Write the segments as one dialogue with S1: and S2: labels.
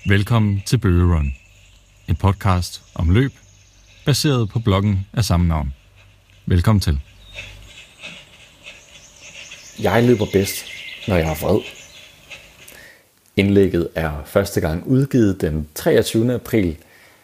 S1: Velkommen til Bøge Run, en podcast om løb, baseret på bloggen af samme navn. Velkommen til.
S2: Jeg løber bedst, når jeg er vred. Indlægget er første gang udgivet den 23. april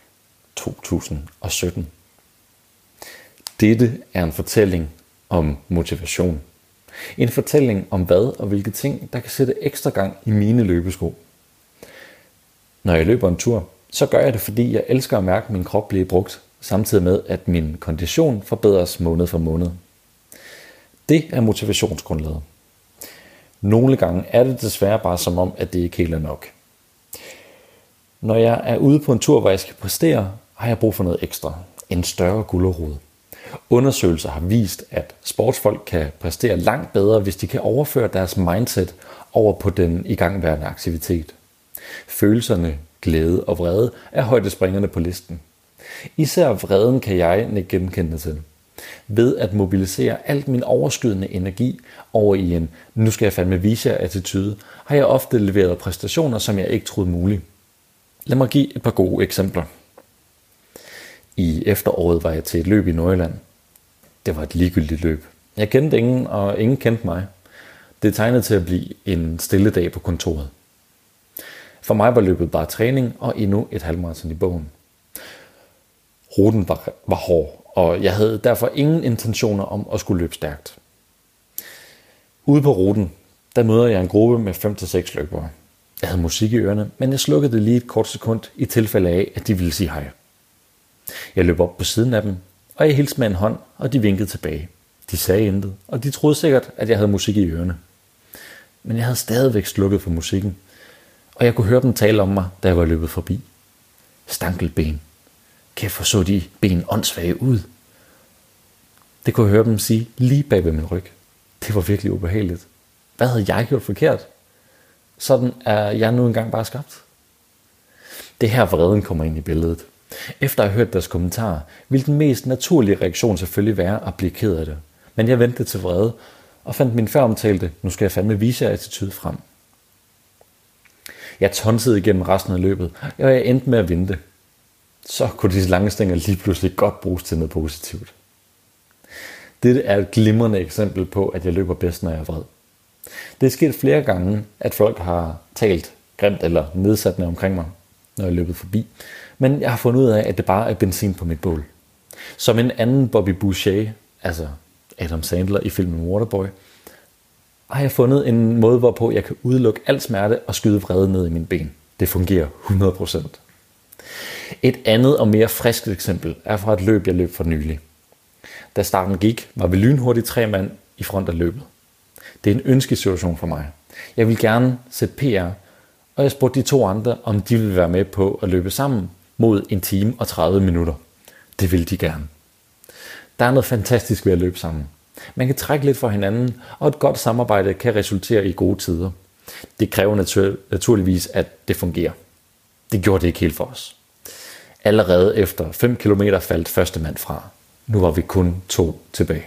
S2: 2017. Dette er en fortælling om motivation. En fortælling om hvad og hvilke ting, der kan sætte ekstra gang i mine løbesko. Når jeg løber en tur, så gør jeg det, fordi jeg elsker at mærke, at min krop bliver brugt, samtidig med, at min kondition forbedres måned for måned. Det er motivationsgrundlaget. Nogle gange er det desværre bare som om, at det ikke helt er nok. Når jeg er ude på en tur, hvor jeg skal præstere, har jeg brug for noget ekstra. En større gulerod. Undersøgelser har vist, at sportsfolk kan præstere langt bedre, hvis de kan overføre deres mindset over på den igangværende aktivitet. Følelserne, glæde og vrede er højdespringerne på listen. Især vreden kan jeg nikke genkendende til. Ved at mobilisere alt min overskydende energi over i en nu skal jeg fandme vise jer attitude, har jeg ofte leveret præstationer, som jeg ikke troede muligt. Lad mig give et par gode eksempler. I efteråret var jeg til et løb i Nordjylland. Det var et ligegyldigt løb. Jeg kendte ingen, og ingen kendte mig. Det tegnede til at blive en stille dag på kontoret. For mig var løbet bare træning og endnu et halvmarathon i bogen. Ruten var hård, og jeg havde derfor ingen intentioner om at skulle løbe stærkt. Ude på ruten, der møder jeg en gruppe med 5-6 løbere. Jeg havde musik i ørerne, men jeg slukkede det lige et kort sekund i tilfælde af, at de ville sige hej. Jeg løb op på siden af dem, og jeg hilste med en hånd, og de vinkede tilbage. De sagde intet, og de troede sikkert, at jeg havde musik i ørerne. Men jeg havde stadigvæk slukket for musikken, og jeg kunne høre dem tale om mig, da jeg var løbet forbi. Stankelben. Kæft, hvor så de ben åndssvage ud. Det kunne jeg høre dem sige lige bag ved min ryg. Det var virkelig ubehageligt. Hvad havde jeg gjort forkert? Sådan er jeg nu engang bare skabt. Det her vreden kommer ind i billedet. Efter at have hørt deres kommentarer, ville den mest naturlige reaktion selvfølgelig være at blive ked af det. Men jeg ventede til vrede og fandt min før omtalte, nu skal jeg fandme vise jer attitude frem. Jeg tonsede igennem resten af løbet, og jeg endte med at vinde. Så kunne disse lange stænger lige pludselig godt bruges til noget positivt. Dette er et glimrende eksempel på, at jeg løber bedst, når jeg er vred. Det er sket flere gange, at folk har talt grimt eller nedsættende omkring mig, når jeg er løbet forbi. Men jeg har fundet ud af, at det bare er benzin på mit bål. Som en anden Bobby Boucher, altså Adam Sandler i filmen Waterboy, har jeg fundet en måde, hvorpå jeg kan udelukke al smerte og skyde vrede ned i mine ben. Det fungerer 100%. Et andet og mere friskt eksempel er fra et løb, jeg løb for nylig. Da starten gik, var vi lynhurtigt 3 mand i front af løbet. Det er en ønskesituation for mig. Jeg vil gerne sætte PR, og jeg spurgte de 2 andre, om de ville være med på at løbe sammen mod 1 time og 30 minutter. Det ville de gerne. Der er noget fantastisk ved at løbe sammen. Man kan trække lidt fra hinanden, og et godt samarbejde kan resultere i gode tider. Det kræver naturligvis, at det fungerer. Det gjorde det ikke helt for os. Allerede efter 5 kilometer faldt første mand fra. Nu var vi kun 2 tilbage.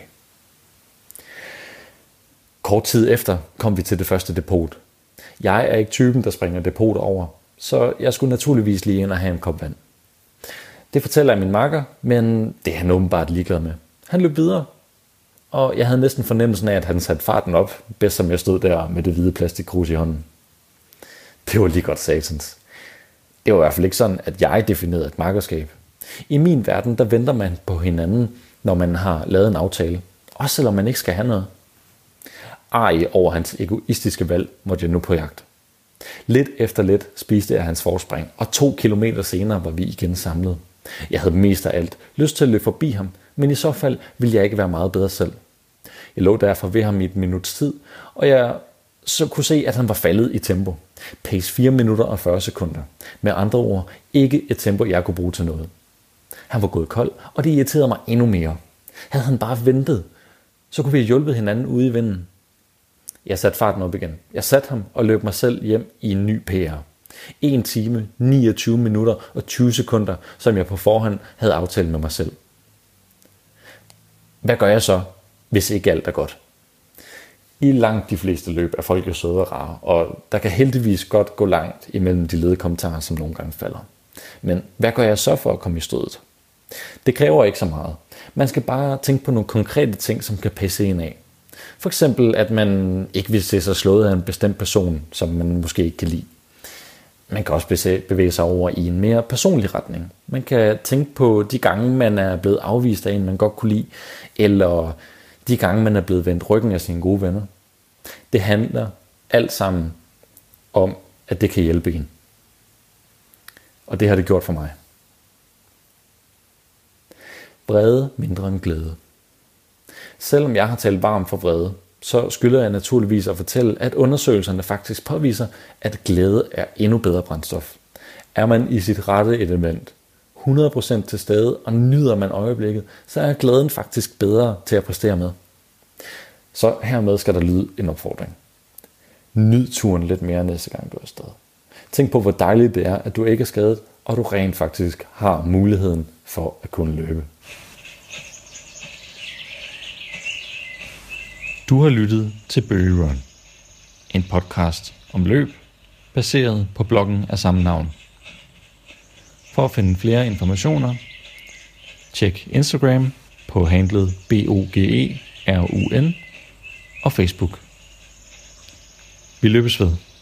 S2: Kort tid efter kom vi til det første depot. Jeg er ikke typen, der springer depoter over, så jeg skulle naturligvis lige ind og have en kop vand. Det fortæller jeg min makker, men det er han åbenbart ligeglad med. Han løb videre, og jeg havde næsten fornemmelsen af, at han satte farten op, bedst som jeg stod der med det hvide plastikkrus i hånden. Det var lige godt satans. Det var i hvert fald ikke sådan, at jeg definerede et makkerskab. I min verden, der venter man på hinanden, når man har lavet en aftale. Også selvom man ikke skal have noget. Arg over hans egoistiske valg måtte jeg nu på jagt. Lidt efter lidt spiste jeg hans forspring, og 2 kilometer senere var vi igen samlet. Jeg havde mest af alt lyst til at løbe forbi ham, men i så fald ville jeg ikke være meget bedre selv. Jeg lå derfor ved ham i et minuts tid, og jeg så kunne se, at han var faldet i tempo. Pace 4 minutter og 40 sekunder. Med andre ord, ikke et tempo, jeg kunne bruge til noget. Han var gået kold, og det irriterede mig endnu mere. Havde han bare ventet, så kunne vi have hjulpet hinanden ude i vinden. Jeg satte farten op igen. Jeg satte ham og løb mig selv hjem i en ny PR. 1 time, 29 minutter og 20 sekunder, som jeg på forhånd havde aftalt med mig selv. Hvad gør jeg så, hvis ikke alt er godt? I langt de fleste løb er folk jo søde og rare, og der kan heldigvis godt gå langt imellem de ledede kommentarer, som nogle gange falder. Men hvad gør jeg så for at komme i stødet? Det kræver ikke så meget. Man skal bare tænke på nogle konkrete ting, som kan passe ind af. For eksempel, at man ikke vil se sig slået af en bestemt person, som man måske ikke kan lide. Man kan også bevæge sig over i en mere personlig retning. Man kan tænke på de gange, man er blevet afvist af en, man godt kunne lide, eller de gange, man er blevet vendt ryggen af sine gode venner. Det handler alt sammen om, at det kan hjælpe en. Og det har det gjort for mig. Vrede mindre end glæde. Selvom jeg har talt varmt for vrede, så skylder jeg naturligvis at fortælle, at undersøgelserne faktisk påviser, at glæde er endnu bedre brændstof. Er man i sit rette element, 100% til stede, og nyder man øjeblikket, så er glæden faktisk bedre til at præstere med. Så hermed skal der lyde en opfordring. Nyd turen lidt mere næste gang du er afsted. Tænk på, hvor dejligt det er, at du ikke er skadet, og du rent faktisk har muligheden for at kunne løbe.
S1: Du har lyttet til Bøge Run, en podcast om løb, baseret på bloggen af samme navn. For at finde flere informationer, tjek Instagram på handlet BOGERUN og Facebook. Vi løbes ved.